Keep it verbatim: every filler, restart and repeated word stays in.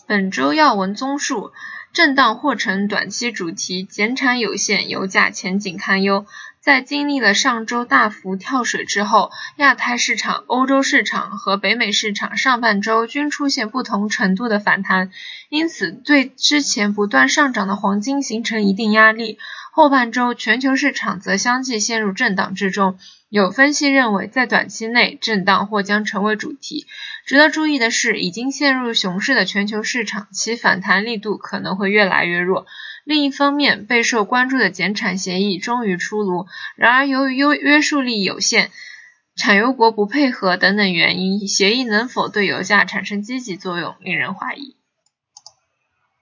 本周要闻综述：震荡或成短期主题，减产有限，油价前景堪忧。在经历了上周大幅跳水之后，亚太市场、欧洲市场和北美市场上半周均出现不同程度的反弹，因此对之前不断上涨的黄金形成一定压力。后半周全球市场则相继陷入震荡之中，有分析认为在短期内震荡或将成为主题。值得注意的是，已经陷入熊市的全球市场，其反弹力度可能会越来越弱。另一方面，备受关注的减产协议终于出炉，然而由于约束力有限，产油国不配合等等原因，协议能否对油价产生积极作用，令人怀疑。